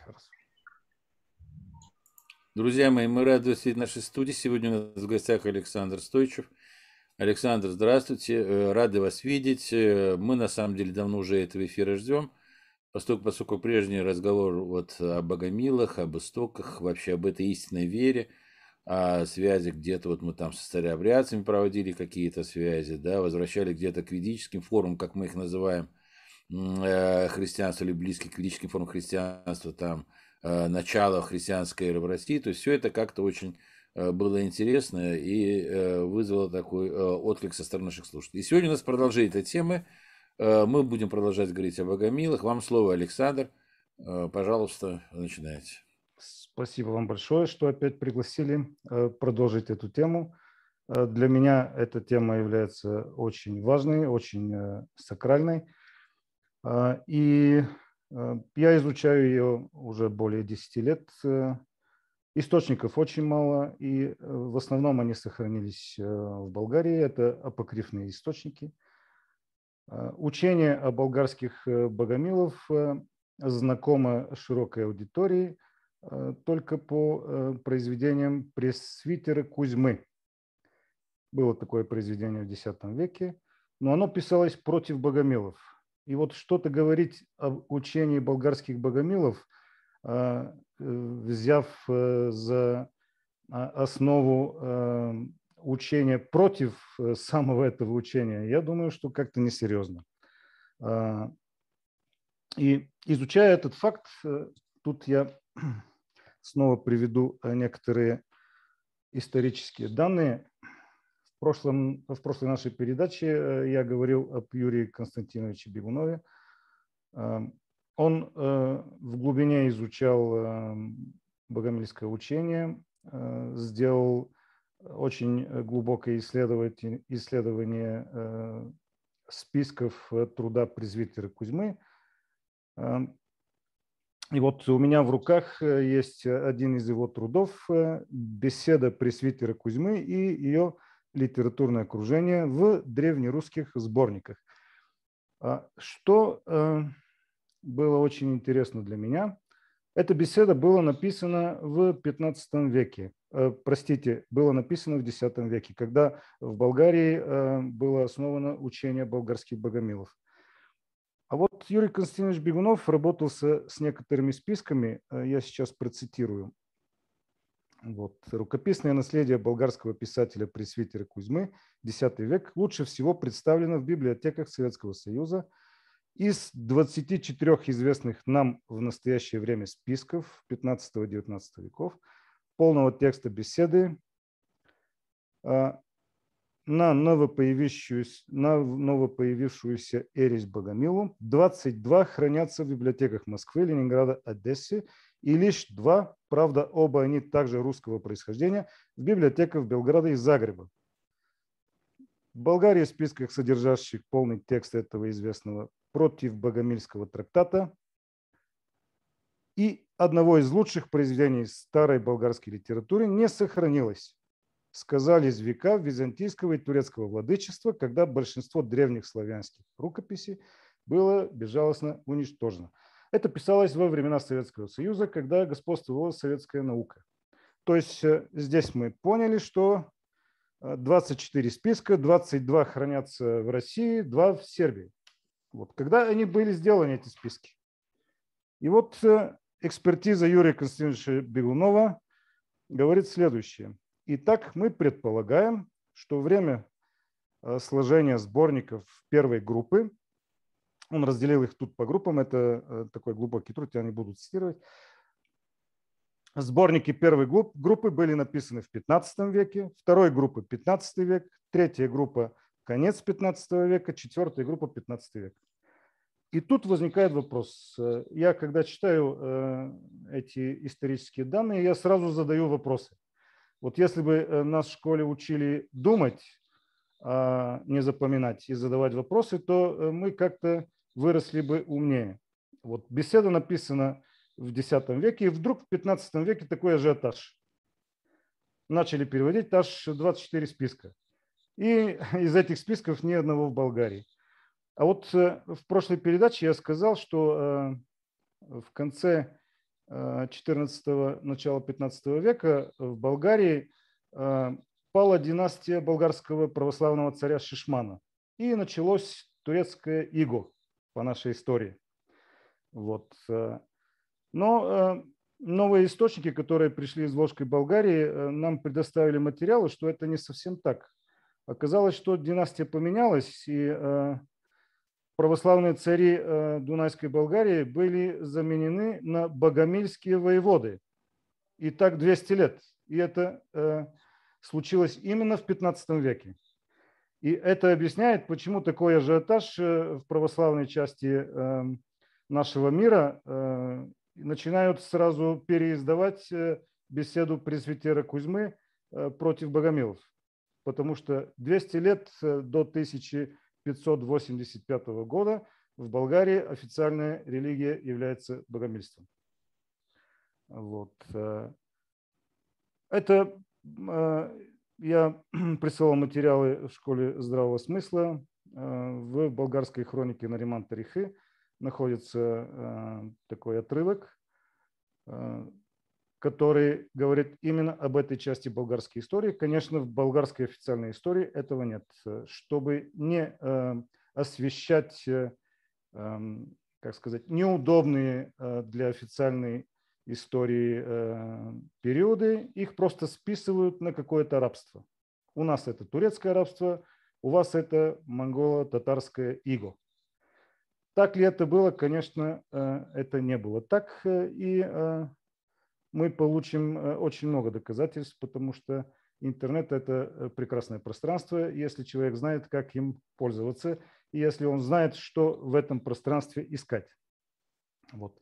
Хорошо. Друзья мои, мы рады видеть в нашей студии. Сегодня у нас в гостях Александр Стойчев. Александр, здравствуйте. Рады вас видеть. Мы, на самом деле, давно уже этого эфира ждем, поскольку прежний разговор вот о богомилах, об истоках, вообще об этой истинной вере, о связи где-то, вот мы там со старообрядцами проводили какие-то связи, да, возвращали где-то к ведическим формам, как мы их называем, христианства или близких к ведическим формам христианства, там, начало христианской эры в России. То есть все это как-то очень было интересно и вызвало такой отклик со стороны наших слушателей. И сегодня у нас продолжение этой темы. Мы будем продолжать говорить о богомилах. Вам слово, Александр. Пожалуйста, начинайте. Спасибо вам большое, что опять пригласили продолжить эту тему. Для меня эта тема является очень важной, очень сакральной. И я изучаю ее уже более 10 лет. Источников очень мало, и в основном они сохранились в Болгарии. Это апокрифные источники. Учение о болгарских богомилов знакомо широкой аудитории только по произведениям пресвитера Кузьмы. Было такое произведение в X веке, но оно писалось против богомилов. И вот что-то говорить об учении болгарских богомилов, взяв за основу учения против самого этого учения, я думаю, что как-то несерьезно. И изучая этот факт, тут я снова приведу некоторые исторические данные. В прошлой нашей передаче я говорил об Юрии Константиновиче Бегунове. Он в глубине изучал богомильское учение, сделал очень глубокое исследование списков труда пресвитера Кузьмы. И вот у меня в руках есть один из его трудов «Беседа пресвитера Кузьмы и ее литературное окружение в древнерусских сборниках». Что было очень интересно для меня, эта беседа была написана в 15 веке, было написано в X веке, когда в Болгарии было основано учение болгарских богомилов. А вот Юрий Константинович Бегунов работал с некоторыми списками, я сейчас процитирую. Вот. Рукописное наследие болгарского писателя пресвитера Кузьмы, X век, лучше всего представлено в библиотеках Советского Союза. Из 24 известных нам в настоящее время списков 15-19 веков полного текста беседы на новопоявившуюся эресь Богомилу 22 хранятся в библиотеках Москвы, Ленинграда, Одессы, и лишь 2, правда, оба они также русского происхождения, в библиотеках Белграда и Загреба. В Болгарии в списках, содержащих полный текст этого известного против богомильского трактата и одного из лучших произведений старой болгарской литературы, не сохранилось. Сказались века византийского и турецкого владычества, когда большинство древних славянских рукописей было безжалостно уничтожено. Это писалось во времена Советского Союза, когда господствовала советская наука. То есть здесь мы поняли, что 24 списка, 22 хранятся в России, 2 в Сербии. Вот. Когда они были сделаны, эти списки? И вот экспертиза Юрия Константиновича Бегунова говорит следующее. Итак, мы предполагаем, что время сложения сборников первой группы, он разделил их тут по группам, это такой глубокий труд, я не буду цитировать. Сборники первой группы были написаны в 15 веке, второй группы 15 век, третья группа конец 15 века, четвертая группа 15 век. И тут возникает вопрос. Я, когда читаю эти исторические данные, я сразу задаю вопросы. Вот если бы нас в школе учили думать, не запоминать и задавать вопросы, то мы как-то выросли бы умнее. Вот беседа написана в X веке, и вдруг в 15 веке такой ажиотаж. Начали переводить аж 24 списка. И из этих списков ни одного в Болгарии. А вот в прошлой передаче я сказал, что в конце 14-го, начала 15 века в Болгарии пала династия болгарского православного царя Шишмана. И началось турецкое иго по нашей истории. Вот. Но новые источники, которые пришли из Волжской Болгарии, нам предоставили материалы, что это не совсем так. Оказалось, что династия поменялась, и православные цари Дунайской Болгарии были заменены на богомильские воеводы. И так 200 лет. И это случилось именно в 15 веке. И это объясняет, почему такой ажиотаж в православной части нашего мира. Начинают сразу переиздавать беседу пресвитера Кузьмы против богомилов. Потому что 200 лет до 1585 года в Болгарии официальная религия является богомильством. Вот. Это я присылал материалы в школе здравого смысла. В болгарской хронике Нариман Тарихы находится такой отрывок, который говорит именно об этой части болгарской истории. Конечно, в болгарской официальной истории этого нет. Чтобы не освещать, как сказать, неудобные для официальной истории периоды, их просто списывают на какое-то рабство. У нас это турецкое рабство, у вас это монголо-татарское иго. Так ли это было? Конечно, это не было так. И мы получим очень много доказательств, потому что интернет – это прекрасное пространство, если человек знает, как им пользоваться, и если он знает, что в этом пространстве искать. Вот.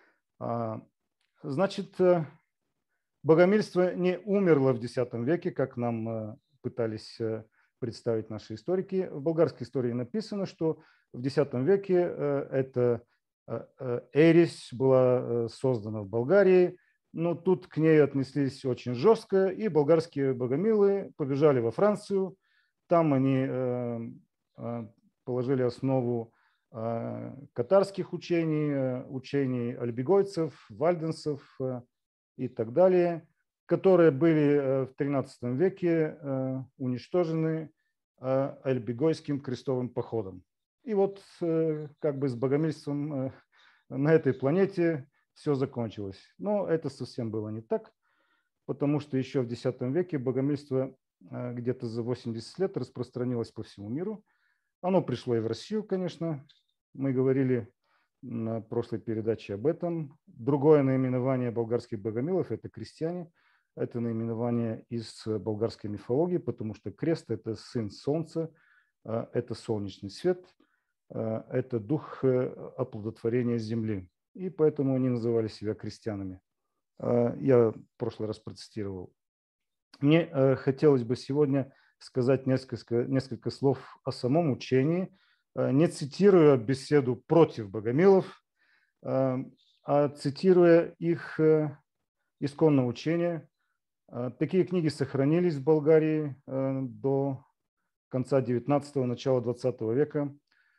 Значит, богомильство не умерло в X веке, как нам пытались представить наши историки. В болгарской истории написано, что в X веке эта эресь была создана в Болгарии, но тут к ней отнеслись очень жестко, и болгарские богомилы побежали во Францию. Там они положили основу катарских учений, учений альбегойцев, вальденцев и так далее, которые были в XIII веке уничтожены альбегойским крестовым походом. И вот как бы с богомильством на этой планете все закончилось. Но это совсем было не так, потому что еще в X веке богомильство где-то за 80 лет распространилось по всему миру. Оно пришло и в Россию, конечно. Мы говорили на прошлой передаче об этом. Другое наименование болгарских богомилов – это крестьяне. Это наименование из болгарской мифологии, потому что крест – это сын солнца, это солнечный свет, это дух оплодотворения земли. И поэтому они называли себя крестьянами. Я в прошлый раз процитировал. Мне хотелось бы сегодня сказать несколько слов о самом учении, не цитируя беседу против богомилов, а цитируя их исконное учение. Такие книги сохранились в Болгарии до конца 19-го, начала 20 века.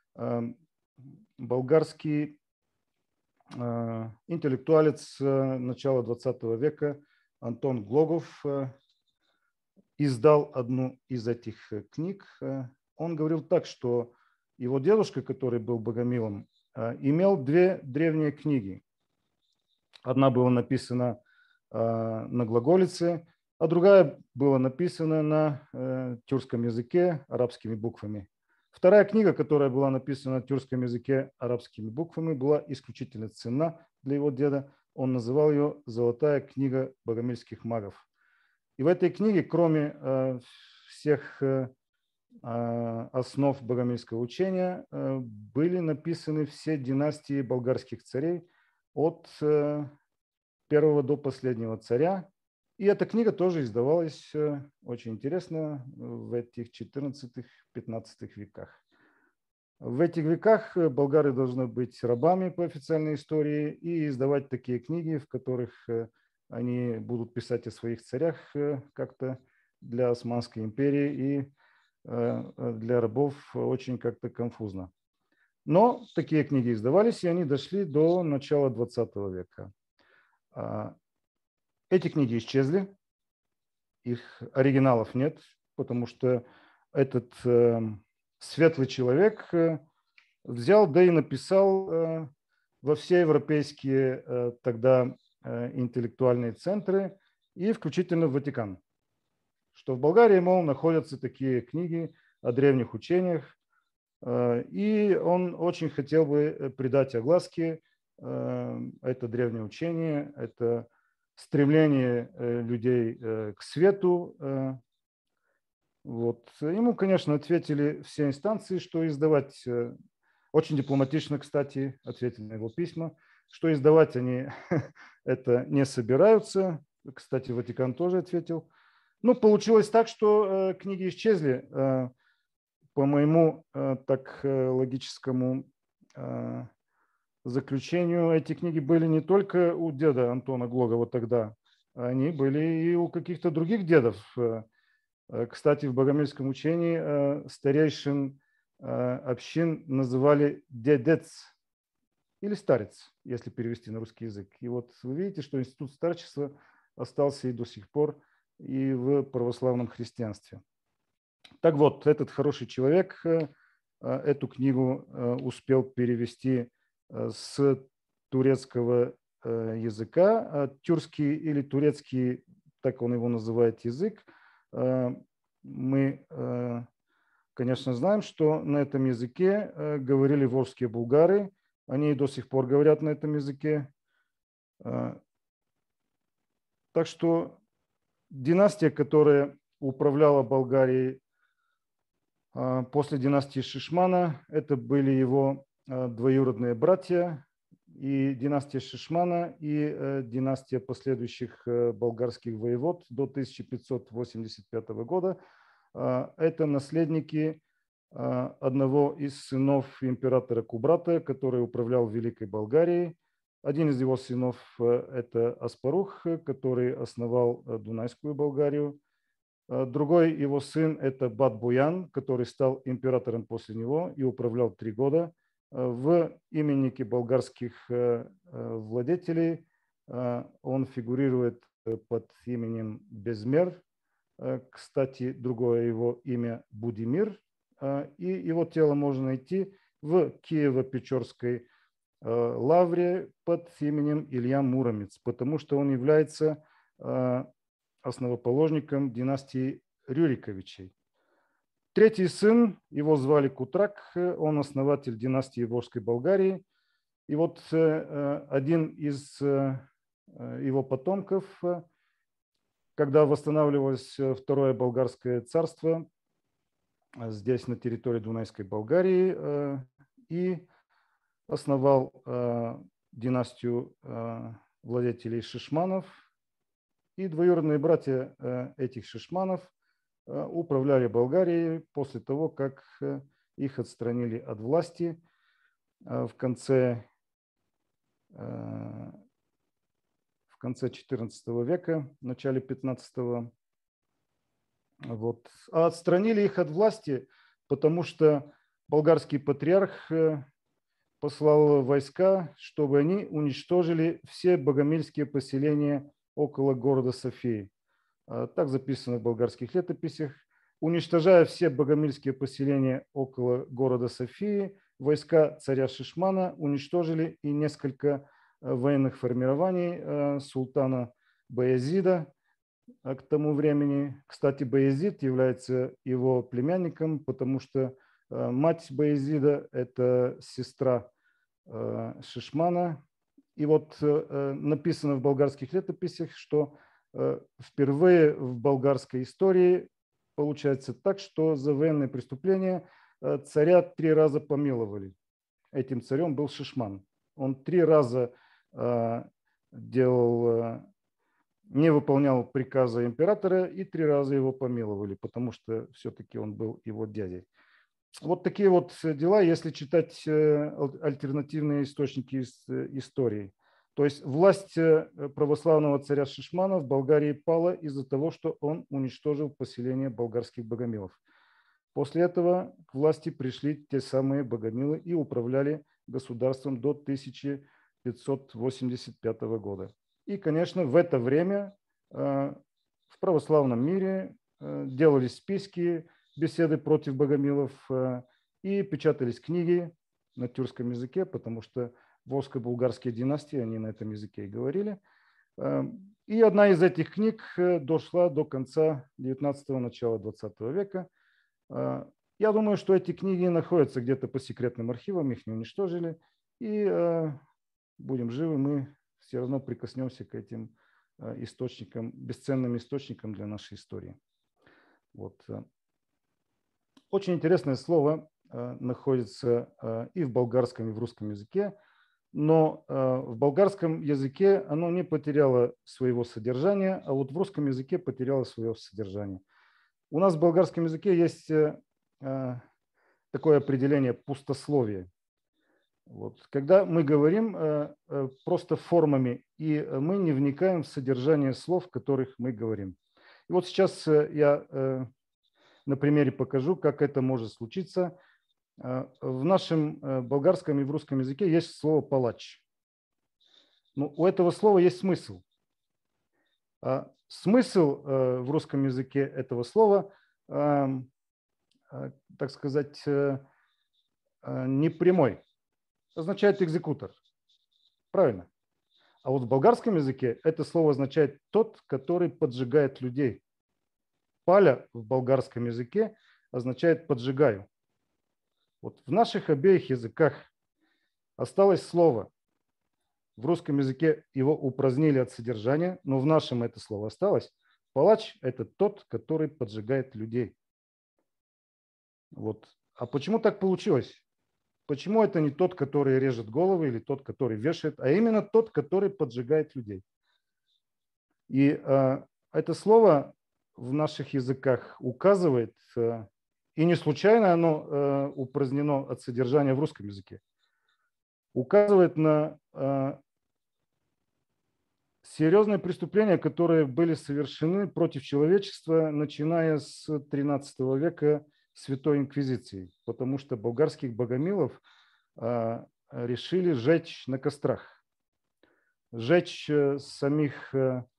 Болгарский интеллектуалец начала 20 века Антон Глогов издал одну из этих книг. Он говорил так, что его дедушка, который был богомилом, имел две древние книги. Одна была написана на глаголице, а другая была написана на тюркском языке арабскими буквами. Вторая книга, которая была написана на тюркском языке арабскими буквами, была исключительно ценна для его деда. Он называл ее «Золотая книга богомильских магов». И в этой книге, кроме всех основ богомильского учения, были написаны все династии болгарских царей от первого до последнего царя. И эта книга тоже издавалась очень интересно в этих 14-15 веках. В этих веках болгары должны быть рабами по официальной истории и издавать такие книги, в которых они будут писать о своих царях как-то для Османской империи, и для рабов очень как-то конфузно. Но такие книги издавались, и они дошли до начала 20 века. Эти книги исчезли, их оригиналов нет, потому что этот светлый человек взял, да и написал во все европейские тогда интеллектуальные центры и включительно в Ватикан, что в Болгарии, мол, находятся такие книги о древних учениях, и он очень хотел бы придать огласке это древнее учение, это стремление людей к свету. Вот. Ему, конечно, ответили все инстанции, что издавать, очень дипломатично, кстати, ответили на его письма, что издавать они это не собираются. Кстати, Ватикан тоже ответил. Ну, получилось так, что книги исчезли. По моему так логическому заключению, эти книги были не только у деда Антона Глогова тогда, они были и у каких-то других дедов. Кстати, в богомильском учении старейшин общин называли дедец или старец, если перевести на русский язык. И вот вы видите, что институт старчества остался и до сих пор и в православном христианстве. Так вот, этот хороший человек эту книгу успел перевести с турецкого языка. Тюркский или турецкий, так он его называет, язык. Мы, конечно, знаем, что на этом языке говорили волжские булгары. Они и до сих пор говорят на этом языке. Так что династия, которая управляла Болгарией после династии Шишмана, это были его двоюродные братья, и династия Шишмана, и династия последующих болгарских воевод до 1585 года. Это наследники одного из сынов императора Кубрата, который управлял Великой Болгарией. Один из его сынов – это Аспарух, который основал Дунайскую Болгарию. Другой его сын – это Бат-Буян, который стал императором после него и управлял 3 года. В именнике болгарских владетелей он фигурирует под именем Безмер. Кстати, другое его имя – Будимир. И его тело можно найти в Киево-Печорской лавре под именем Илья Муромец, потому что он является основоположником династии Рюриковичей. Третий сын, его звали Кутрак, он основатель династии Волжской Болгарии. И вот один из его потомков, когда восстанавливалось Второе Болгарское царство здесь, на территории Дунайской Болгарии, и основал династию владетелей Шишманов. И двоюродные братья этих Шишманов управляли Болгарией после того, как их отстранили от власти в конце XIV века, в начале XV. Вот. А отстранили их от власти, потому что болгарский патриарх послал войска, чтобы они уничтожили все богомильские поселения около города Софии. Так записано в болгарских летописях. Уничтожая все богомильские поселения около города Софии, войска царя Шишмана уничтожили и несколько военных формирований султана Баязида к тому времени. Кстати, Баязид является его племянником, потому что мать Баязида – это сестра Шишмана. И вот написано в болгарских летописях, что впервые в болгарской истории получается так, что за военные преступления царя 3 раза помиловали. Этим царем был Шишман. Он 3 раза не выполнял приказа императора, и 3 раза его помиловали, потому что все-таки он был его дядей. Вот такие вот дела, если читать альтернативные источники истории. То есть власть православного царя Шишмана в Болгарии пала из-за того, что он уничтожил поселение болгарских богомилов. После этого к власти пришли те самые богомилы и управляли государством до 1585 года. И, конечно, в это время в православном мире делались списки, беседы против богомилов, и печатались книги на тюркском языке, потому что волжско-булгарские династии, они на этом языке и говорили. И одна из этих книг дошла до конца 19-го, начала 20 века. Я думаю, что эти книги находятся где-то по секретным архивам, их не уничтожили. И будем живы, мы все равно прикоснемся к этим источникам, бесценным источникам для нашей истории. Вот. Очень интересное слово находится и в болгарском, и в русском языке, но в болгарском языке оно не потеряло своего содержания, а вот в русском языке потеряло свое содержание. У нас в болгарском языке есть такое определение пустословие. Вот. Когда мы говорим просто формами, и мы не вникаем в содержание слов, в которых мы говорим. И вот сейчас я на примере покажу, как это может случиться. В нашем болгарском и в русском языке есть слово «палач». Но у этого слова есть смысл. Смысл в русском языке этого слова, так сказать, не прямой. Означает экзекутор. Правильно. А вот в болгарском языке это слово означает тот, который поджигает людей. Паля в болгарском языке означает поджигаю. Вот в наших обеих языках осталось слово. В русском языке его упразднили от содержания, но в нашем это слово осталось. Палач – это тот, который поджигает людей. Вот. А почему так получилось? Почему это не тот, который режет головы или тот, который вешает, а именно тот, который поджигает людей? И это слово в наших языках указывает, и не случайно оно упразднено от содержания в русском языке, указывает на серьезные преступления, которые были совершены против человечества, начиная с XIII века Святой Инквизицией, потому что болгарских богомилов решили сжечь на кострах, сжечь самих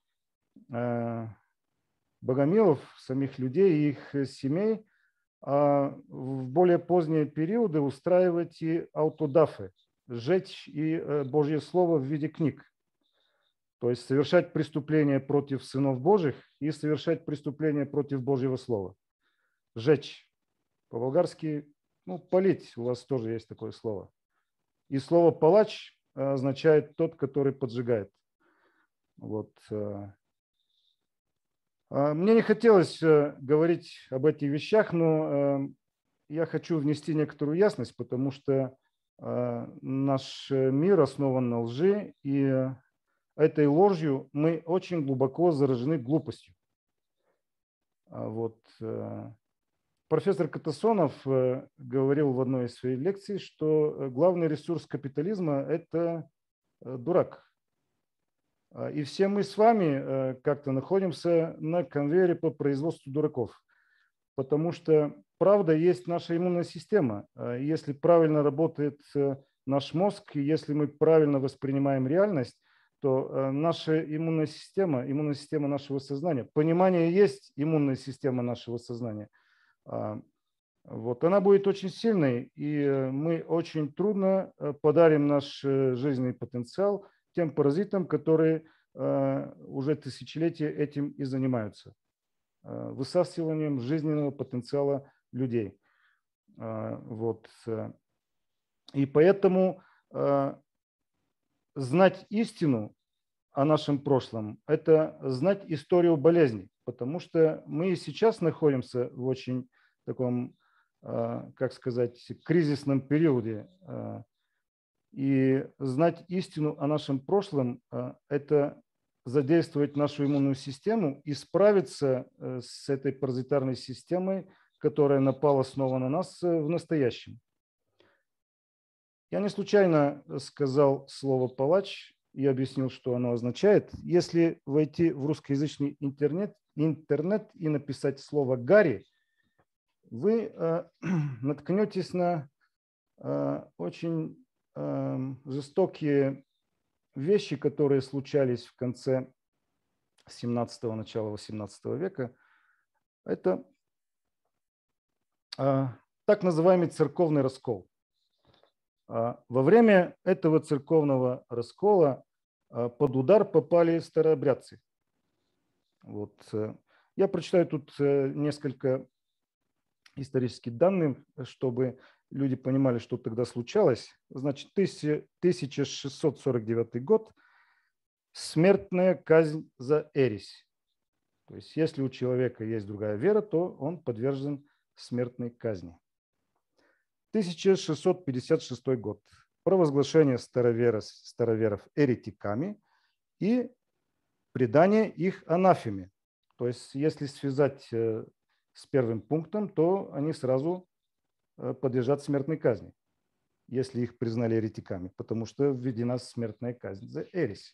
богомилов, самих людей и их семей, а в более поздние периоды устраивать и аутодафы, сжечь и Божье Слово в виде книг. То есть совершать преступления против сынов Божьих и совершать преступления против Божьего Слова. Сжечь. По-болгарски, палить, у вас тоже есть такое слово. И слово палач означает тот, который поджигает. Вот. Мне не хотелось говорить об этих вещах, но я хочу внести некоторую ясность, потому что наш мир основан на лжи, и этой ложью мы очень глубоко заражены глупостью. Вот. Профессор Катасонов говорил в одной из своих лекций, что главный ресурс капитализма – это дурак. И все мы с вами как-то находимся на конвейере по производству дураков, потому что правда есть наша иммунная система. Если правильно работает наш мозг, если мы правильно воспринимаем реальность, то наша иммунная система нашего сознания, понимание есть иммунная система нашего сознания, вот, она будет очень сильной, и мы очень трудно подарим наш жизненный потенциал тем паразитам, которые уже тысячелетия этим и занимаются. Высасыванием жизненного потенциала людей. Вот. И поэтому знать истину о нашем прошлом – это знать историю болезней, потому что мы сейчас находимся в очень таком, как сказать, кризисном периоде. И знать истину о нашем прошлом – это задействовать нашу иммунную систему и справиться с этой паразитарной системой, которая напала снова на нас в настоящем. Я не случайно сказал слово «палач» и объяснил, что оно означает. Если войти в русскоязычный интернет и написать слово «Гарри», вы наткнетесь на очень жестокие вещи, которые случались в конце 17-го, начала 18 века, это так называемый церковный раскол. Во время этого церковного раскола под удар попали старообрядцы. Вот. Я прочитаю тут несколько исторических данных, чтобы люди понимали, что тогда случалось. Значит, 1649 год – смертная казнь за ересь. То есть, если у человека есть другая вера, то он подвержен смертной казни. 1656 год – провозглашение староверов еретиками и предание их анафеме. То есть, если связать с первым пунктом, то они сразу подлежат смертной казни, если их признали еретиками, потому что введена смертная казнь за ересь.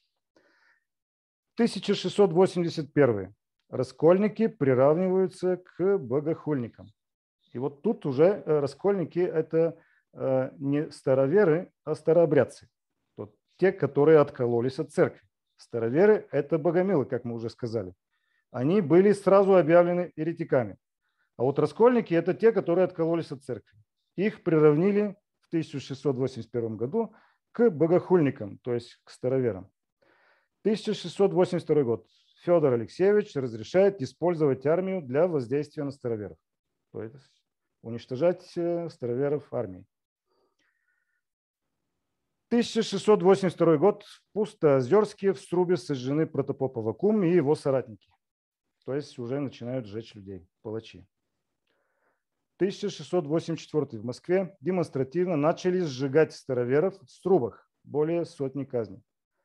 1681. Раскольники приравниваются к богохульникам. И вот тут уже раскольники – это не староверы, а старообрядцы. Те, которые откололись от церкви. Староверы – это богомилы, как мы уже сказали. Они были сразу объявлены еретиками. А вот раскольники – это те, которые откололись от церкви. Их приравнили в 1681 году к богохульникам, то есть к староверам. 1682 год. Федор Алексеевич разрешает использовать армию для воздействия на староверов. То есть уничтожать староверов армией. 1682 год. В Пустоозерске в Срубе сожжены протопоп Аввакум и его соратники. То есть уже начинают сжечь людей, палачи. 1684 в Москве демонстративно начали сжигать староверов в Срубах. Более сотни казней.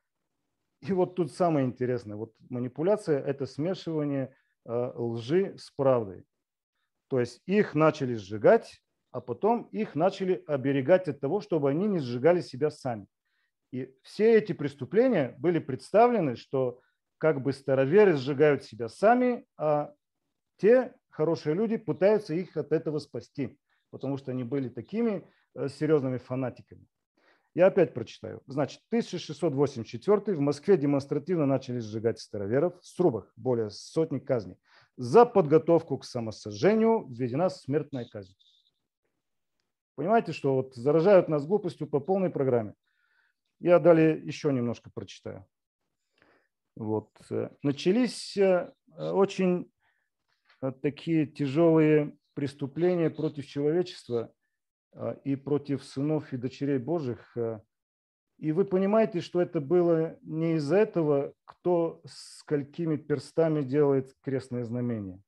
И вот тут самое интересное. Вот манипуляция – это смешивание лжи с правдой. То есть их начали сжигать, а потом их начали оберегать от того, чтобы они не сжигали себя сами. И все эти преступления были представлены, что как бы староверы сжигают себя сами, а те хорошие люди пытаются их от этого спасти, потому что они были такими серьезными фанатиками. Я опять прочитаю. Значит, 1684 в Москве демонстративно начали сжигать староверов в Срубах, более сотни казней. За подготовку к самосожжению введена смертная казнь. Понимаете, что вот заражают нас глупостью по полной программе. Я далее еще немножко прочитаю. Вот. Начались очень такие тяжелые преступления против человечества и против сынов и дочерей Божьих. И вы понимаете, что это было не из-за этого, кто сколькими перстами делает крестное знамение.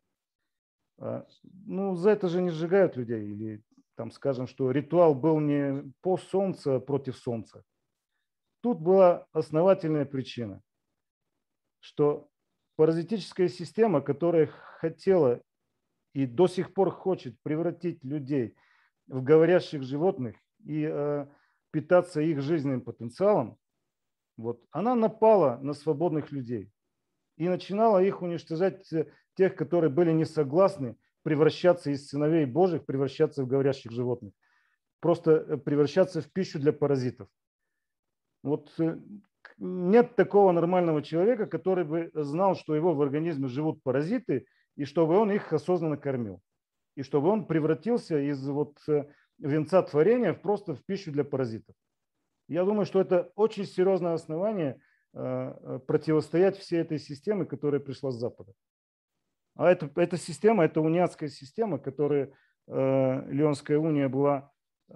Ну, за это же не сжигают людей. Или там скажем, что ритуал был не по солнцу, а против солнца. Тут была основательная причина, что паразитическая система, которая хотела и до сих пор хочет превратить людей в говорящих животных и питаться их жизненным потенциалом, вот, она напала на свободных людей и начинала их уничтожать, тех, которые были не согласны превращаться из сыновей Божьих, превращаться в говорящих животных, просто превращаться в пищу для паразитов. Вот нет такого нормального человека, который бы знал, что его в организме живут паразиты, и чтобы он их осознанно кормил. И чтобы он превратился из вот венца творения просто в пищу для паразитов. Я думаю, что это очень серьезное основание противостоять всей этой системе, которая пришла с Запада. А эта система, это униатская система, которая Лионская уния была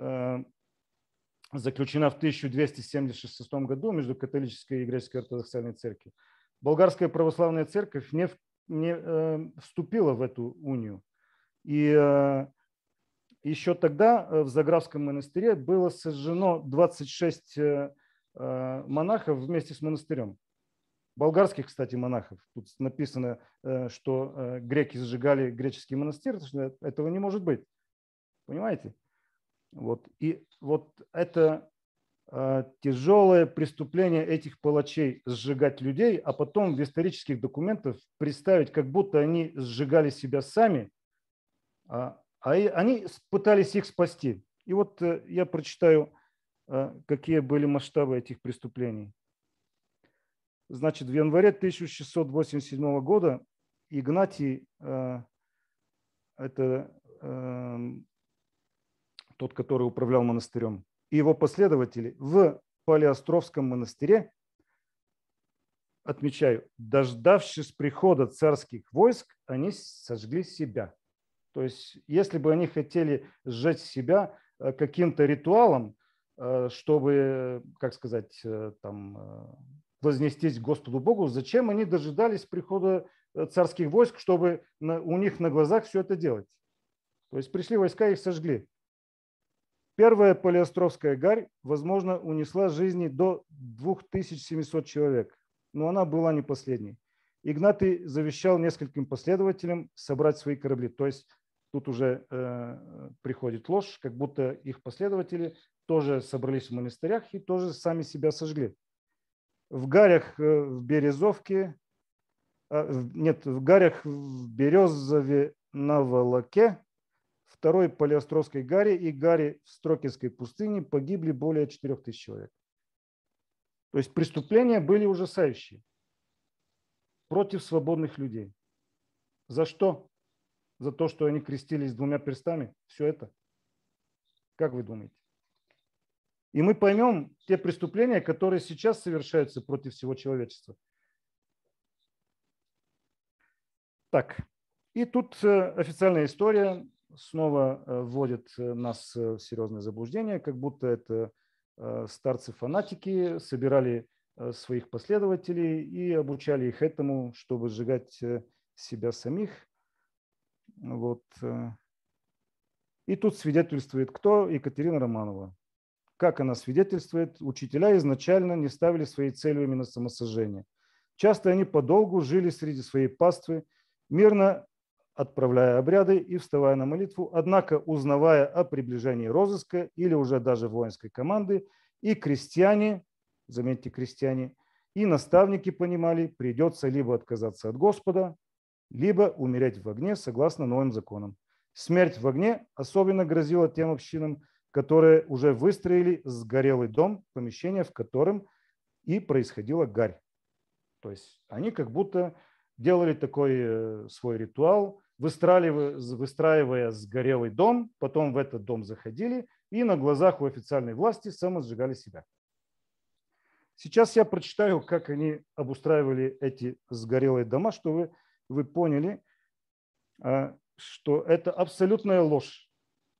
заключена в 1276 году между католической и греческой ортодоксальной церковью. Болгарская православная церковь не вступила в эту унию. И еще тогда в Заграфском монастыре было сожжено 26 монахов вместе с монастырем. Болгарских, кстати, монахов. Тут написано, что греки сжигали греческий монастырь. Этого не может быть. Понимаете? Вот. И вот это тяжелое преступление этих палачей сжигать людей, а потом в исторических документах представить, как будто они сжигали себя сами, а они пытались их спасти. И вот я прочитаю, какие были масштабы этих преступлений. Значит, в январе 1687 года Игнатий, это тот, который управлял монастырем, и его последователи в Палеостровском монастыре, отмечаю, дождавшись прихода царских войск, они сожгли себя. То есть, если бы они хотели сжечь себя каким-то ритуалом, чтобы, как сказать, там, вознестись к Господу Богу, зачем они дожидались прихода царских войск, чтобы у них на глазах все это делать? То есть пришли войска и их сожгли. Первая Палеостровская гарь, возможно, унесла жизни до 2700 человек, но она была не последней. Игнатий завещал нескольким последователям собрать свои корабли. То есть тут уже приходит ложь, как будто их последователи тоже собрались в монастырях и тоже сами себя сожгли. В гарях в Березовке, нет, в гарях в Березове на Волоке, Второй Палеостровской гаре и гаре в Строкинской пустыне погибли более 4000 человек. То есть преступления были ужасающие против свободных людей. За что? За то, что они крестились двумя перстами? Все это? Как вы думаете? И мы поймем те преступления, которые сейчас совершаются против всего человечества. Так, и тут официальная история снова вводит нас в серьезное заблуждение, как будто это старцы-фанатики собирали своих последователей и обучали их этому, чтобы сжигать себя самих. Вот. И тут свидетельствует кто? Екатерина Романова. Как она свидетельствует, учителя изначально не ставили своей целью именно самосожжение. Часто они подолгу жили среди своей паствы, мирно отправляя обряды и вставая на молитву, однако, узнавая о приближении розыска или уже даже воинской команды, и крестьяне, заметьте, крестьяне, и наставники понимали, придется либо отказаться от Господа, либо умереть в огне согласно новым законам. Смерть в огне особенно грозила тем общинам, которые уже выстроили сгорелый дом, помещение, в котором и происходила гарь. То есть они как будто делали такой свой ритуал, выстраивая сгорелый дом, потом в этот дом заходили и на глазах у официальной власти самосжигали себя. Сейчас я прочитаю, как они обустраивали эти сгорелые дома, чтобы вы поняли, что это абсолютная ложь.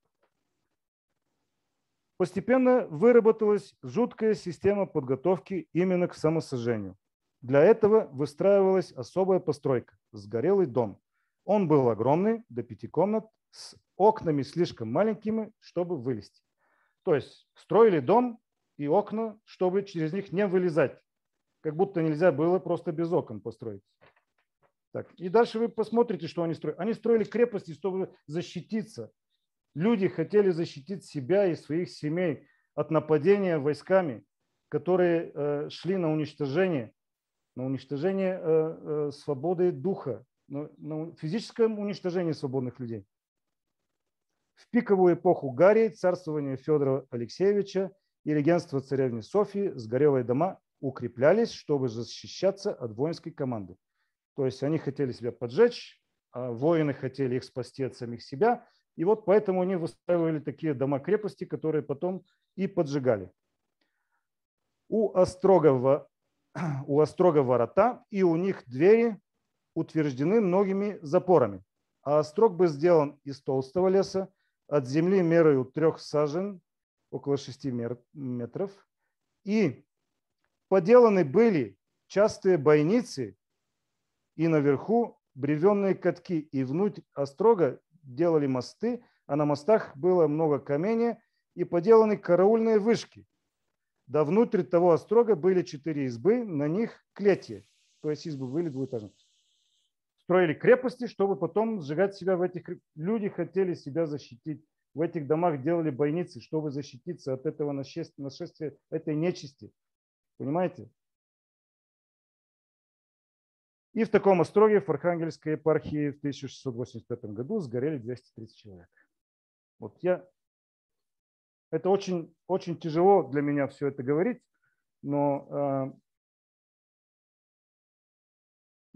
Постепенно выработалась жуткая система подготовки именно к самосожжению. Для этого выстраивалась особая постройка – сгорелый дом. Он был огромный, до 5 комнат, с окнами слишком маленькими, чтобы вылезти. То есть строили дом и окна, чтобы через них не вылезать. Как будто нельзя было просто без окон построить. Так. И дальше вы посмотрите, что они строили. Они строили крепости, чтобы защититься. Люди хотели защитить себя и своих семей от нападения войсками, которые шли на уничтожение свободы духа, на физическом уничтожении свободных людей. В пиковую эпоху гари, царствования Федора Алексеевича и регенства царевны Софии сгорелые дома укреплялись, чтобы защищаться от воинской команды. То есть они хотели себя поджечь, а воины хотели их спасти от самих себя. И вот поэтому они выстраивали такие дома-крепости, которые потом и поджигали. У острога ворота, и у них двери утверждены многими запорами. А острог был сделан из толстого леса, от земли мерою 3 сажен, около 6 метров. И поделаны были частые бойницы, и наверху бревенные катки, и внутрь острога делали мосты, а на мостах было много камня, и поделаны караульные вышки. Да внутрь того острога были 4 избы, на них клетья, то есть избы были двухэтажные. Строили крепости, чтобы потом сжигать себя в этих... Люди хотели себя защитить. В этих домах делали бойницы, чтобы защититься от этого нашествия, этой нечисти. Понимаете? И в таком остроге в Архангельской епархии в 1685 году сгорели 230 человек. Вот это очень, очень тяжело для меня все это говорить, но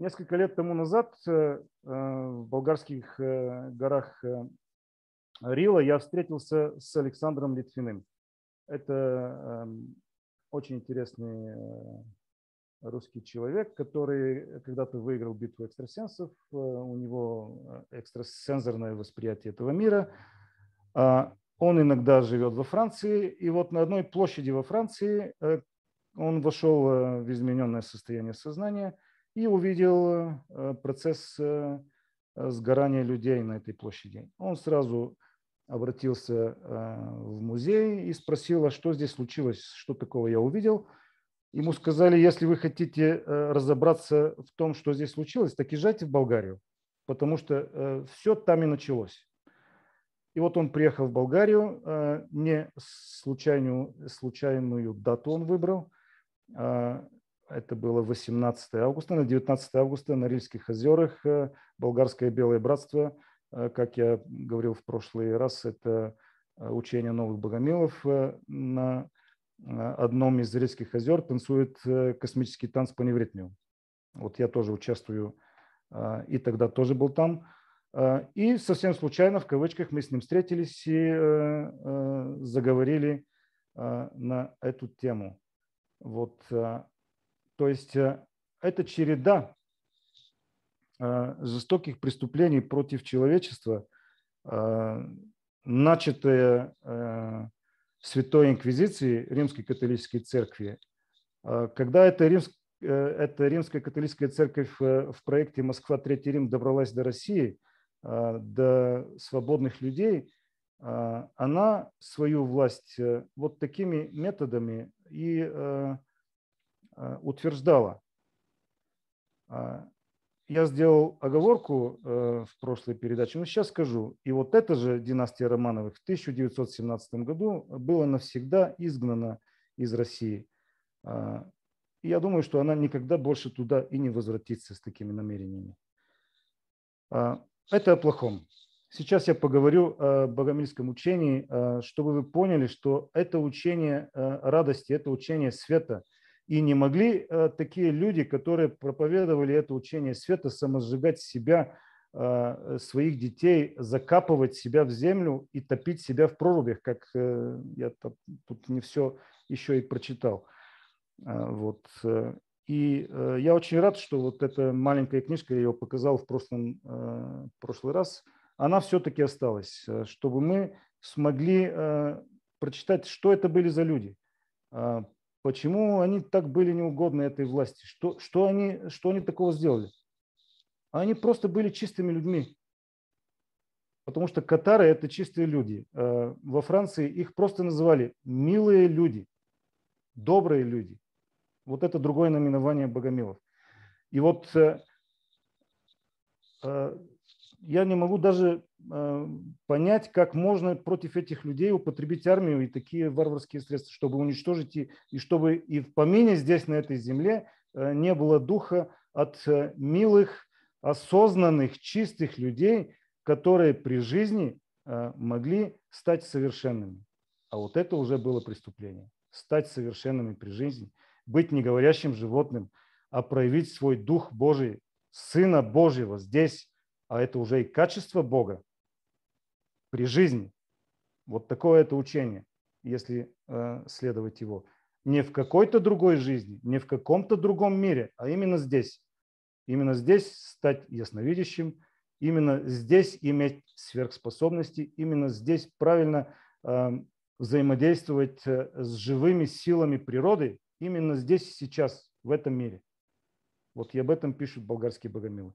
Несколько лет тому назад в болгарских горах Рила я встретился с Александром Литвиным. Это очень интересный русский человек, который когда-то выиграл битву экстрасенсов. У него экстрасенсорное восприятие этого мира. Он иногда живет во Франции. И вот на одной площади во Франции он вошел в измененное состояние сознания и увидел процесс сгорания людей на этой площади. Он сразу обратился в музей и спросил, а что здесь случилось, что такого я увидел. Ему сказали, если вы хотите разобраться в том, что здесь случилось, так езжайте в Болгарию, потому что все там и началось. И вот он приехал в Болгарию, не случайную дату он выбрал. Это было 18 августа, на 19 августа на Рильских озерах болгарское Белое Братство, как я говорил в прошлый раз, это учение новых богомилов. На одном из Рильских озер танцует космический танц по невритмию. Вот я тоже участвую, и тогда тоже был там. И совсем случайно, в кавычках, мы с ним встретились и заговорили на эту тему. Вот, то есть это череда жестоких преступлений против человечества, начатая Святой Инквизицией Римской католической церкви. Когда эта Римская католическая церковь в проекте «Москва, Третий Рим» добралась до России, до свободных людей, она свою власть вот такими методами и утверждала. Я сделал оговорку в прошлой передаче, но сейчас скажу. И вот эта же династия Романовых в 1917 году была навсегда изгнана из России. И я думаю, что она никогда больше туда и не возвратится с такими намерениями. Это о плохом. Сейчас я поговорю о богомильском учении, чтобы вы поняли, что это учение радости, это учение света. И не могли такие люди, которые проповедовали это учение света, самосжигать себя, своих детей, закапывать себя в землю и топить себя в прорубях, как я тут не все еще и прочитал. Вот. И я очень рад, что вот эта маленькая книжка, я ее показал в прошлый раз, она все-таки осталась, чтобы мы смогли прочитать, что это были за люди, почему они так были неугодны этой власти, что они такого сделали. Они просто были чистыми людьми, потому что катары – это чистые люди. Во Франции их просто называли милые люди, добрые люди. Вот это другое наименование богомилов. И вот я не могу даже понять, как можно против этих людей употребить армию и такие варварские средства, чтобы уничтожить и чтобы и в помине здесь, на этой земле, не было духа от милых, осознанных, чистых людей, которые при жизни могли стать совершенными. А вот это уже было преступление. Стать совершенными при жизни, быть не говорящим животным, а проявить свой дух Божий, Сына Божьего здесь, а это уже и качество Бога при жизни. Вот такое это учение, если следовать его. Не в какой-то другой жизни, не в каком-то другом мире, а именно здесь. Именно здесь стать ясновидящим, именно здесь иметь сверхспособности, именно здесь правильно взаимодействовать с живыми силами природы, именно здесь и сейчас, в этом мире. Вот и об этом пишут болгарские богомилы.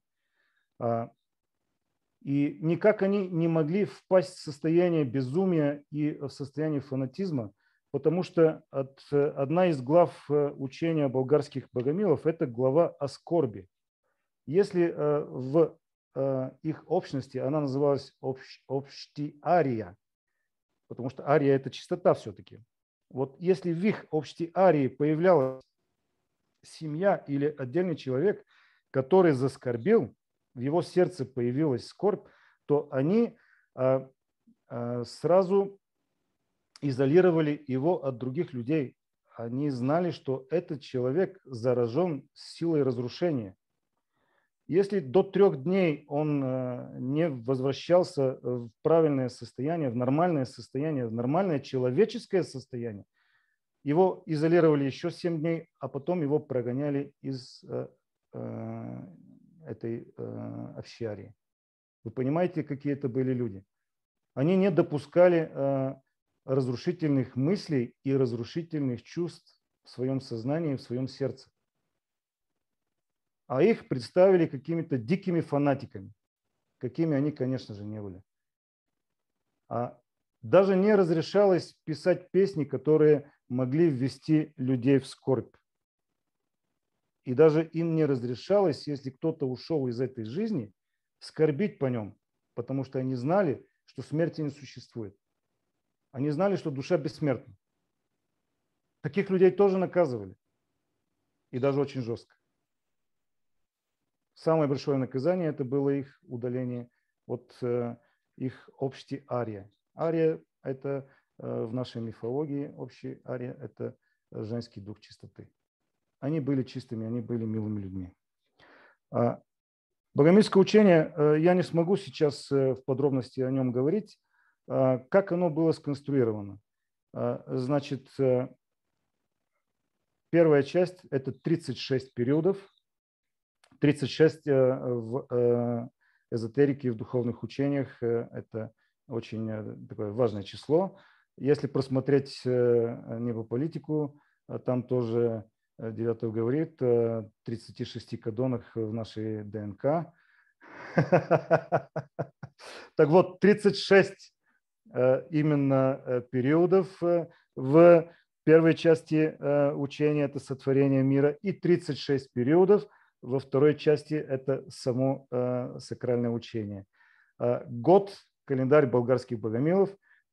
И никак они не могли впасть в состояние безумия и в состояние фанатизма, потому что одна из глав учения болгарских богомилов – это глава о скорби. Если в их общности она называлась общтиария, потому что ария – это чистота все-таки. Вот если в их общтиарии появлялась семья или отдельный человек, который заскорбил, в его сердце появилась скорбь, то они сразу изолировали его от других людей. Они знали, что этот человек заражен силой разрушения. Если до 3 дней он не возвращался в правильное состояние, в нормальное состояние, в нормальное человеческое состояние, его изолировали еще 7 дней, а потом его прогоняли из этой общарии. Вы понимаете, какие это были люди? Они не допускали разрушительных мыслей и разрушительных чувств в своем сознании, в своем сердце. А их представили какими-то дикими фанатиками, какими они, конечно же, не были. Даже не разрешалось писать песни, которые могли ввести людей в скорбь. И даже им не разрешалось, если кто-то ушел из этой жизни, скорбить по нем, потому что они знали, что смерти не существует. Они знали, что душа бессмертна. Таких людей тоже наказывали. И даже очень жестко. Самое большое наказание это было их удаление от их общей ария. Ария это в нашей мифологии общей ария это женский дух чистоты. Они были чистыми, они были милыми людьми. Богомильское учение, я не смогу сейчас в подробности о нем говорить, как оно было сконструировано. Значит, первая часть – это 36 периодов, 36 в эзотерике, в духовных учениях – это очень такое важное число. Если просмотреть небополитику, там тоже Девятов говорит о 36 кодонах в нашей ДНК. Так вот, 36 именно периодов в первой части учения – это сотворение мира, и 36 периодов во второй части – это само сакральное учение. Год, календарь болгарских богомилов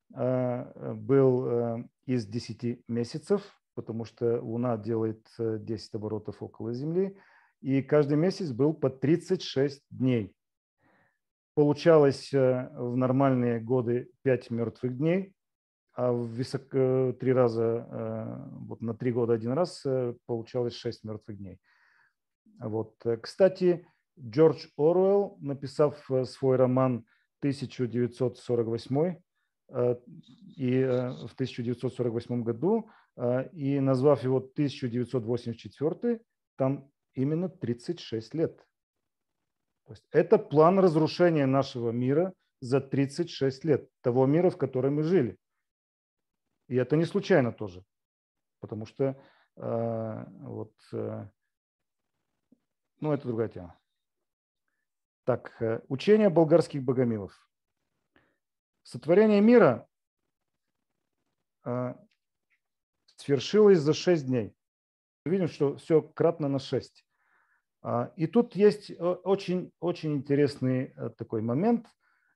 был из 10 месяцев, потому что Луна делает 10 оборотов около Земли, и каждый месяц был по 36 дней. Получалось в нормальные годы 5 мертвых дней, а в 3 раза, вот на 3 года один раз получалось 6 мертвых дней. Вот. Кстати, Джордж Оруэлл, написав свой роман 1948 и в 1948 году, и назвав его 1984, там именно 36 лет. То есть это план разрушения нашего мира за 36 лет, того мира, в котором мы жили. И это не случайно тоже, потому что ну, это другая тема. Так, учение болгарских богомилов. Сотворение мира свершилось за 6 дней. Видим, что все кратно на 6. И тут есть очень интересный такой момент.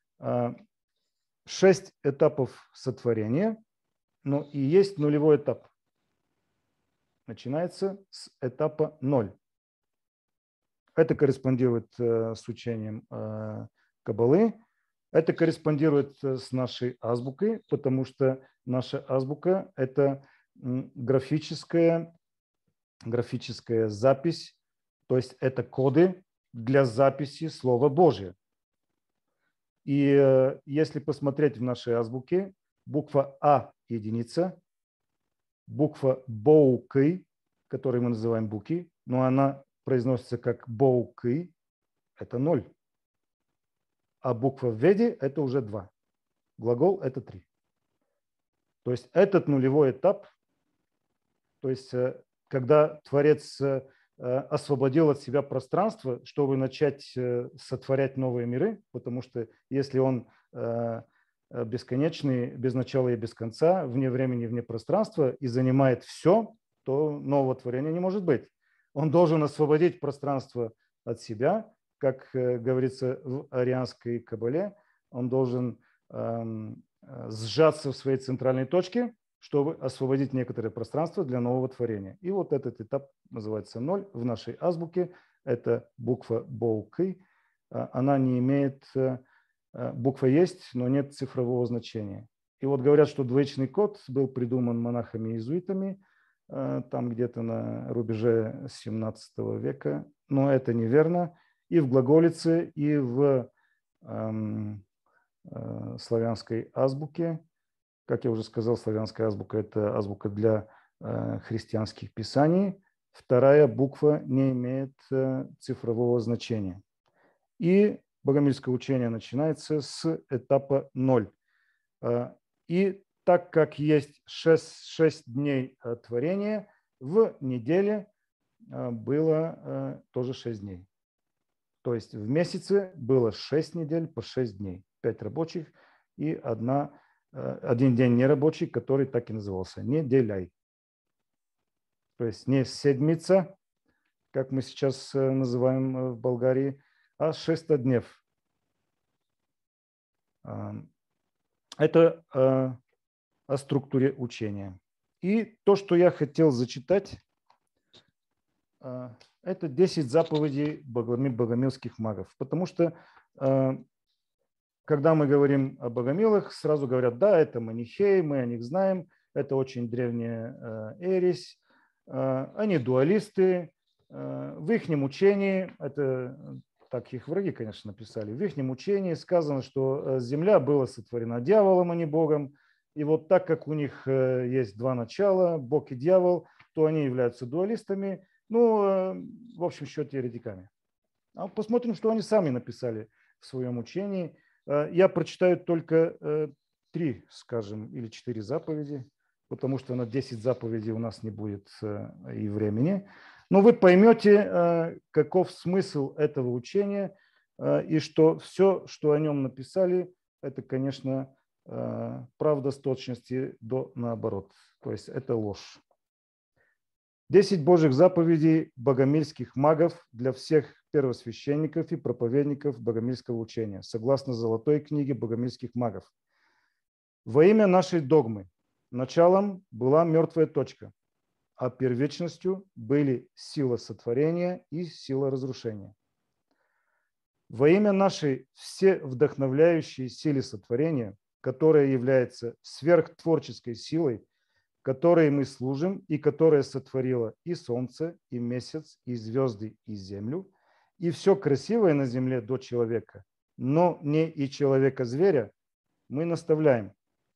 6 этапов сотворения, но и есть нулевой этап. Начинается с этапа 0. Это корреспондирует с учением Каббалы. Это корреспондирует с нашей азбукой, потому что наша азбука – это графическая запись, то есть это коды для записи Слова Божия. И если посмотреть в нашей азбуке, буква А – единица, буква Боукы, которую мы называем буки, но она произносится как Боукы, это 0. А буква в Веде – это уже 2. Глагол – это 3. То есть этот нулевой этап, то есть когда Творец освободил от себя пространство, чтобы начать сотворять новые миры, потому что если он бесконечный, без начала и без конца, вне времени, вне пространства и занимает все, то нового творения не может быть. Он должен освободить пространство от себя, как говорится в арианской каббале, он должен сжаться в своей центральной точке, чтобы освободить некоторое пространство для нового творения. И вот этот этап называется 0 в нашей азбуке. Это буква Боукы. Она не имеет, буква есть, но нет цифрового значения. И вот говорят, что двоичный код был придуман монахами-иезуитами там где-то на рубеже 17 века. Но это неверно. и в глаголице, и в славянской азбуке. Как я уже сказал, славянская азбука – это азбука для христианских писаний. Вторая буква не имеет цифрового значения. И богомильское учение начинается с этапа 0. И так как есть 6 дней творения, в неделе было тоже 6 дней. То есть в месяце было 6 недель по 6 дней. 5 рабочих и один день нерабочий, который так и назывался – неделяй. То есть не седмица, как мы сейчас называем в Болгарии, а шестоднев. Это о структуре учения. И то, что я хотел зачитать, это 10 заповедей богомилских магов. Потому что, когда мы говорим о богомилах, сразу говорят, да, это манихеи, мы о них знаем, это очень древняя ересь, они дуалисты. В их учении, это так их враги, конечно, написали, в их учении сказано, что земля была сотворена дьяволом, а не Богом. И вот так как у них есть два начала, Бог и дьявол, то они являются дуалистами, в общем счете еретиками. А посмотрим, что они сами написали в своем учении. Я прочитаю только 3, скажем, или 4 заповеди, потому что на 10 заповедей у нас не будет и времени. Но вы поймете, каков смысл этого учения, и что все, что о нем написали, это, конечно, правда с точности до наоборот. То есть это ложь. 10 Божьих заповедей богомильских магов для всех первосвященников и проповедников богомильского учения, согласно Золотой книге богомильских магов. Во имя нашей догмы началом была мертвая точка, а первичностью были сила сотворения и сила разрушения. Во имя нашей всевдохновляющей силы сотворения, которая является сверхтворческой силой, которой мы служим и которая сотворила и солнце, и месяц, и звезды, и землю, и все красивое на земле до человека, но не и человека-зверя, мы наставляем.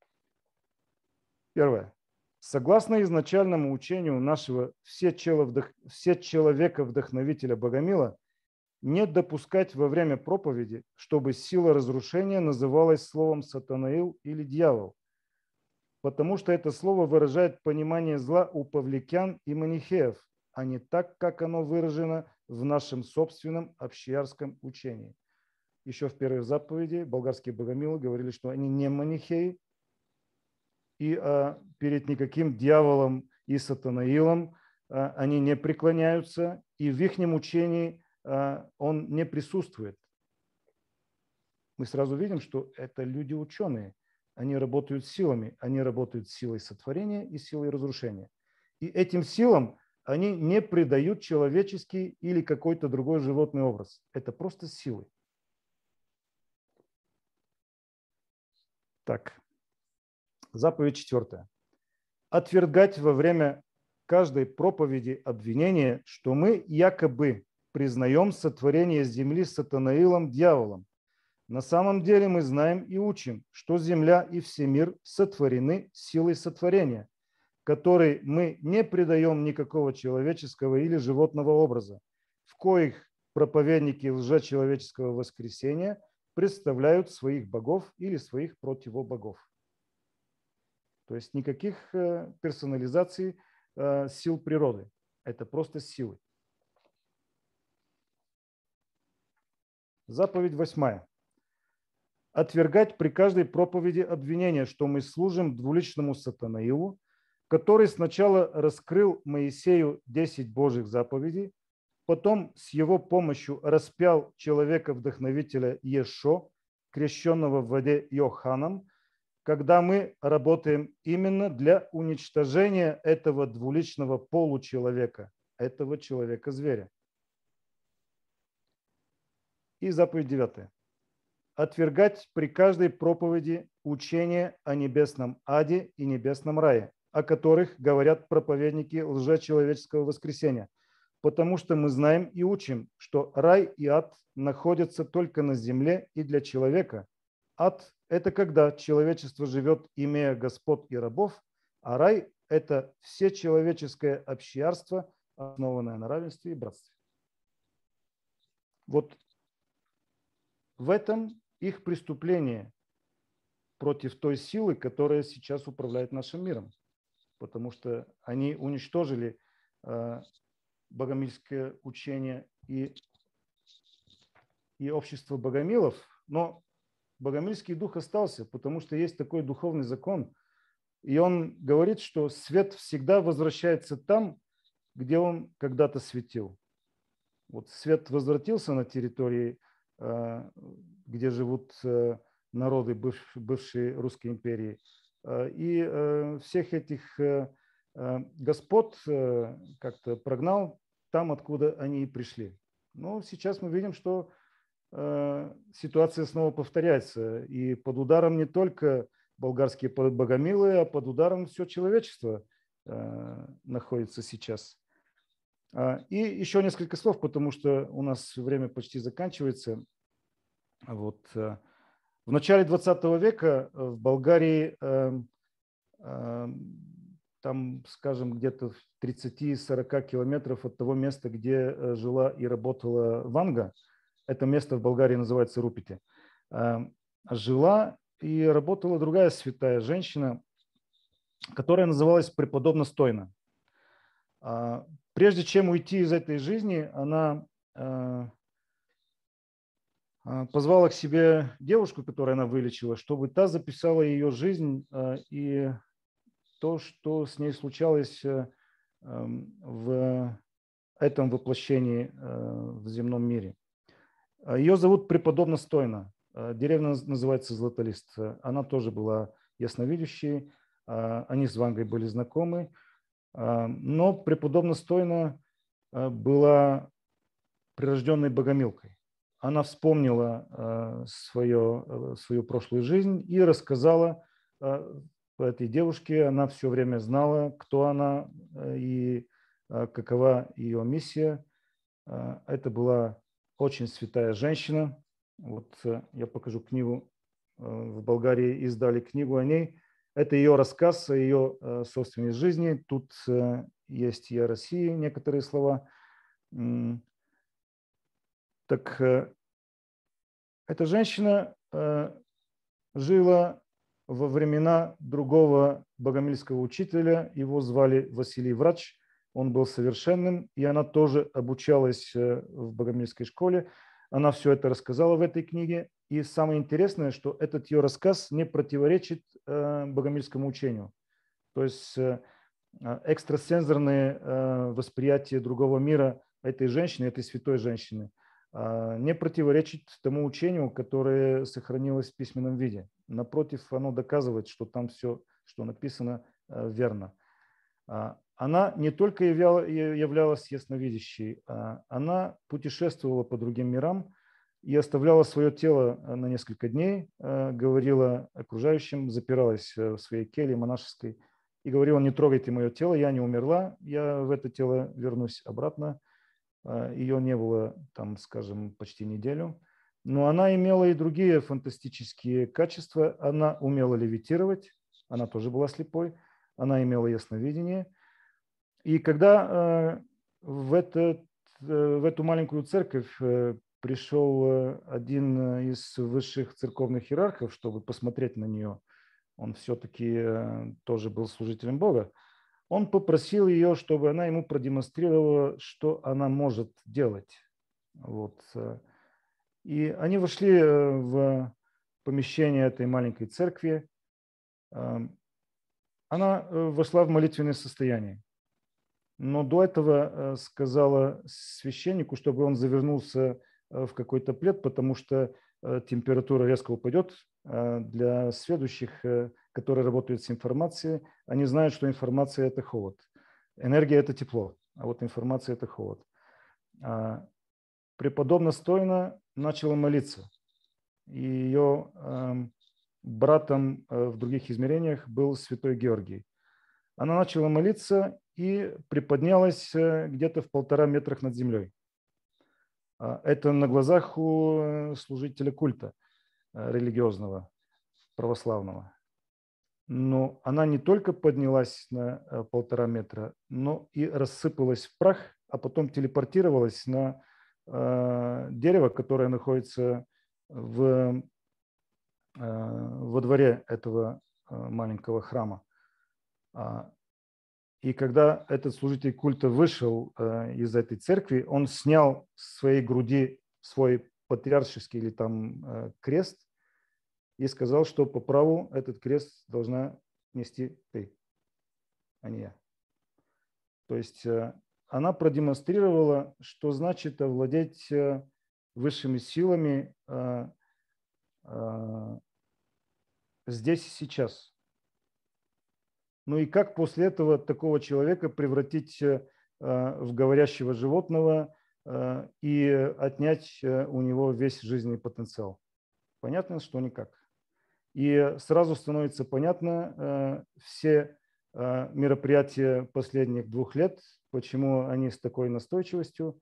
Первое. Согласно изначальному учению нашего всечеловека-вдохновителя Богомила, не допускать во время проповеди, чтобы сила разрушения называлась словом сатанаил или дьявол, потому что это слово выражает понимание зла у павликян и манихеев, а не так, как оно выражено в нашем собственном общиярском учении. Еще в первой заповеди болгарские богомилы говорили, что они не манихеи, и перед никаким дьяволом и сатанаилом они не преклоняются, и в их учении он не присутствует. Мы сразу видим, что это люди ученые. Они работают силами, они работают силой сотворения и силой разрушения. И этим силам они не придают человеческий или какой-то другой животный образ. Это просто силы. Так, заповедь 4. Отвергать во время каждой проповеди обвинения, что мы якобы признаем сотворение земли сатанаилом дьяволом. На самом деле мы знаем и учим, что земля и все мир сотворены силой сотворения, которой мы не придаем никакого человеческого или животного образа, в коих проповедники лжечеловеческого воскресения представляют своих богов или своих противобогов. То есть никаких персонализаций сил природы. Это просто силы. Заповедь 8. Отвергать при каждой проповеди обвинения, что мы служим двуличному сатанаилу, который сначала раскрыл Моисею 10 Божьих заповедей, потом с его помощью распял человека-вдохновителя Ешо, крещенного в воде Йоханом, когда мы работаем именно для уничтожения этого двуличного получеловека, этого человека-зверя. И заповедь 9. Отвергать при каждой проповеди учение о небесном аде и небесном рае, о которых говорят проповедники лжечеловеческого воскресения, потому что мы знаем и учим, что рай и ад находятся только на земле и для человека. Ад – это когда человечество живет, имея господ и рабов, а рай – это всечеловеческое общество, основанное на равенстве и братстве. Вот в этом их преступление против той силы, которая сейчас управляет нашим миром, потому что они уничтожили богомильское учение и общество богомилов, но богомильский дух остался, потому что есть такой духовный закон, и он говорит, что свет всегда возвращается там, где он когда-то светил. Вот свет возвратился на территории, где живут народы бывшей Русской империи, и всех этих господ как-то прогнал там, откуда они и пришли. Но сейчас мы видим, что ситуация снова повторяется, и под ударом не только болгарские богомилы, а под ударом все человечество находится сейчас. И еще несколько слов, потому что у нас время почти заканчивается. Вот. В начале 20 века в Болгарии, там, скажем, где-то в 30-40 километров от того места, где жила и работала Ванга, это место в Болгарии называется Рупити, жила и работала другая святая женщина, которая называлась преподобна Стойна. Прежде чем уйти из этой жизни, она позвала к себе девушку, которую она вылечила, чтобы та записала ее жизнь и то, что с ней случалось в этом воплощении в земном мире. Ее зовут преподобна Стойна. Деревня называется Златолист. Она тоже была ясновидящей. Они с Вангой были знакомы. Но преподобна Стойна была прирожденной богомилкой. Она вспомнила свою прошлую жизнь и рассказала этой девушке. Она все время знала, кто она и какова ее миссия. Это была очень святая женщина. Вот я покажу книгу. В Болгарии издали книгу о ней. Это ее рассказ о ее собственной жизни. Тут есть и о России некоторые слова. Так эта женщина жила во времена другого богомильского учителя. Его звали Василий Врач. Он был совершенным, и она тоже обучалась в богомильской школе. Она все это рассказала в этой книге. И самое интересное, что этот ее рассказ не противоречит богомильскому учению. То есть экстрасенсорные восприятия другого мира этой женщины, этой святой женщины, не противоречит тому учению, которое сохранилось в письменном виде. Напротив, оно доказывает, что там все, что написано, верно. Она не только являлась ясновидящей, она путешествовала по другим мирам и оставляла свое тело на несколько дней, говорила окружающим, запиралась в своей келье монашеской и говорила: не трогайте мое тело, я не умерла, я в это тело вернусь обратно. Ее не было там, скажем, почти неделю. Но она имела и другие фантастические качества. Она умела левитировать, она тоже была слепой, она имела ясновидение. И когда в эту маленькую церковь пришел один из высших церковных иерархов, чтобы посмотреть на нее, он все-таки тоже был служителем Бога, он попросил ее, чтобы она ему продемонстрировала, что она может делать. Вот. И они вошли в помещение этой маленькой церкви. Она вошла в молитвенное состояние. Но до этого сказала священнику, чтобы он завернулся в какой-то плед, потому что температура резко упадет. Для следующих, которые работают с информацией, они знают, что информация – это холод. Энергия – это тепло, а вот информация – это холод. Преподобна Стойна начала молиться. И ее братом в других измерениях был святой Георгий. Она начала молиться, и приподнялась где-то в 1,5 метра над землей. Это на глазах у служителя культа религиозного, православного. Но она не только поднялась на 1,5 метра, но и рассыпалась в прах, а потом телепортировалась на дерево, которое находится во дворе этого маленького храма. И когда этот служитель культа вышел из этой церкви, он снял с своей груди свой патриаршеский или там крест и сказал, что по праву этот крест должна нести ты, а не я. То есть она продемонстрировала, что значит овладеть высшими силами здесь и сейчас. Ну и как после этого такого человека превратить в говорящего животного и отнять у него весь жизненный потенциал? Понятно, что никак. И сразу становится понятно все мероприятия последних 2 лет, почему они с такой настойчивостью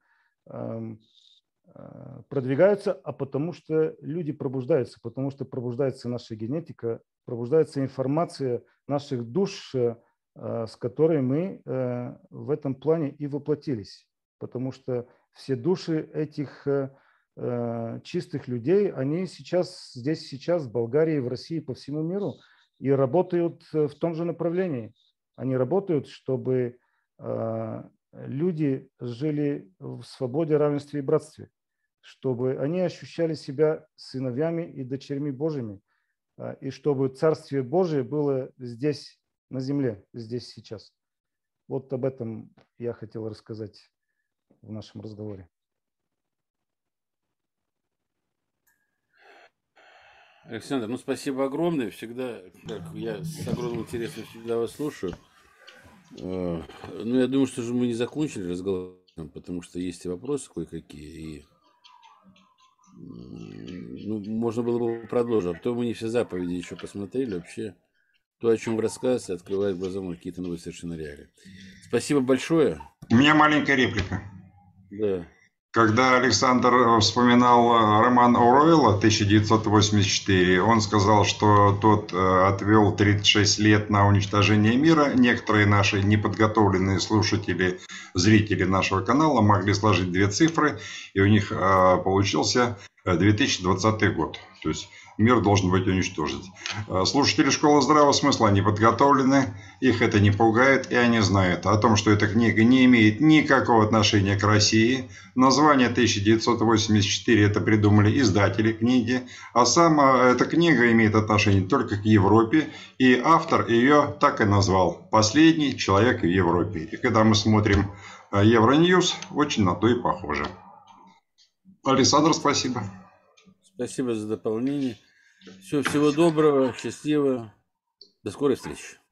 продвигаются, а потому что люди пробуждаются, потому что пробуждается наша генетика, пробуждается информация наших душ, с которой мы в этом плане и воплотились. Потому что все души этих чистых людей, они сейчас здесь, сейчас, в Болгарии, в России, по всему миру, и работают в том же направлении. Они работают, чтобы люди жили в свободе, равенстве и братстве, чтобы они ощущали себя сыновьями и дочерьми Божьими, и чтобы Царствие Божие было здесь, на земле, здесь, сейчас. Вот об этом я хотел рассказать в нашем разговоре. Александр, ну спасибо огромное. Всегда, как я с огромным интересом всегда вас слушаю. Ну, я думаю, что же мы не закончили разговор, потому что есть и вопросы кое-какие, и ну, можно было бы продолжить. А потом мы не все заповеди еще посмотрели. Вообще, то, о чем вы рассказываете, открывает глаза на какие-то новые совершенно реалии. Спасибо большое. У меня маленькая реплика. Да. Когда Александр вспоминал роман Оруэлла 1984, он сказал, что тот отвел 36 лет на уничтожение мира. Некоторые наши неподготовленные слушатели, зрители нашего канала могли сложить 2 цифры, и у них получился 2020 год. То есть мир должен быть уничтожен. Слушатели школы здравого смысла не подготовлены, их это не пугает, и они знают о том, что эта книга не имеет никакого отношения к России. Название 1984 это придумали издатели книги, а сама эта книга имеет отношение только к Европе, и автор ее так и назвал «Последний человек в Европе». И когда мы смотрим Евроньюз, очень на то и похоже. Александр, спасибо. Спасибо за дополнение. Всего доброго, счастливо. До скорой встречи.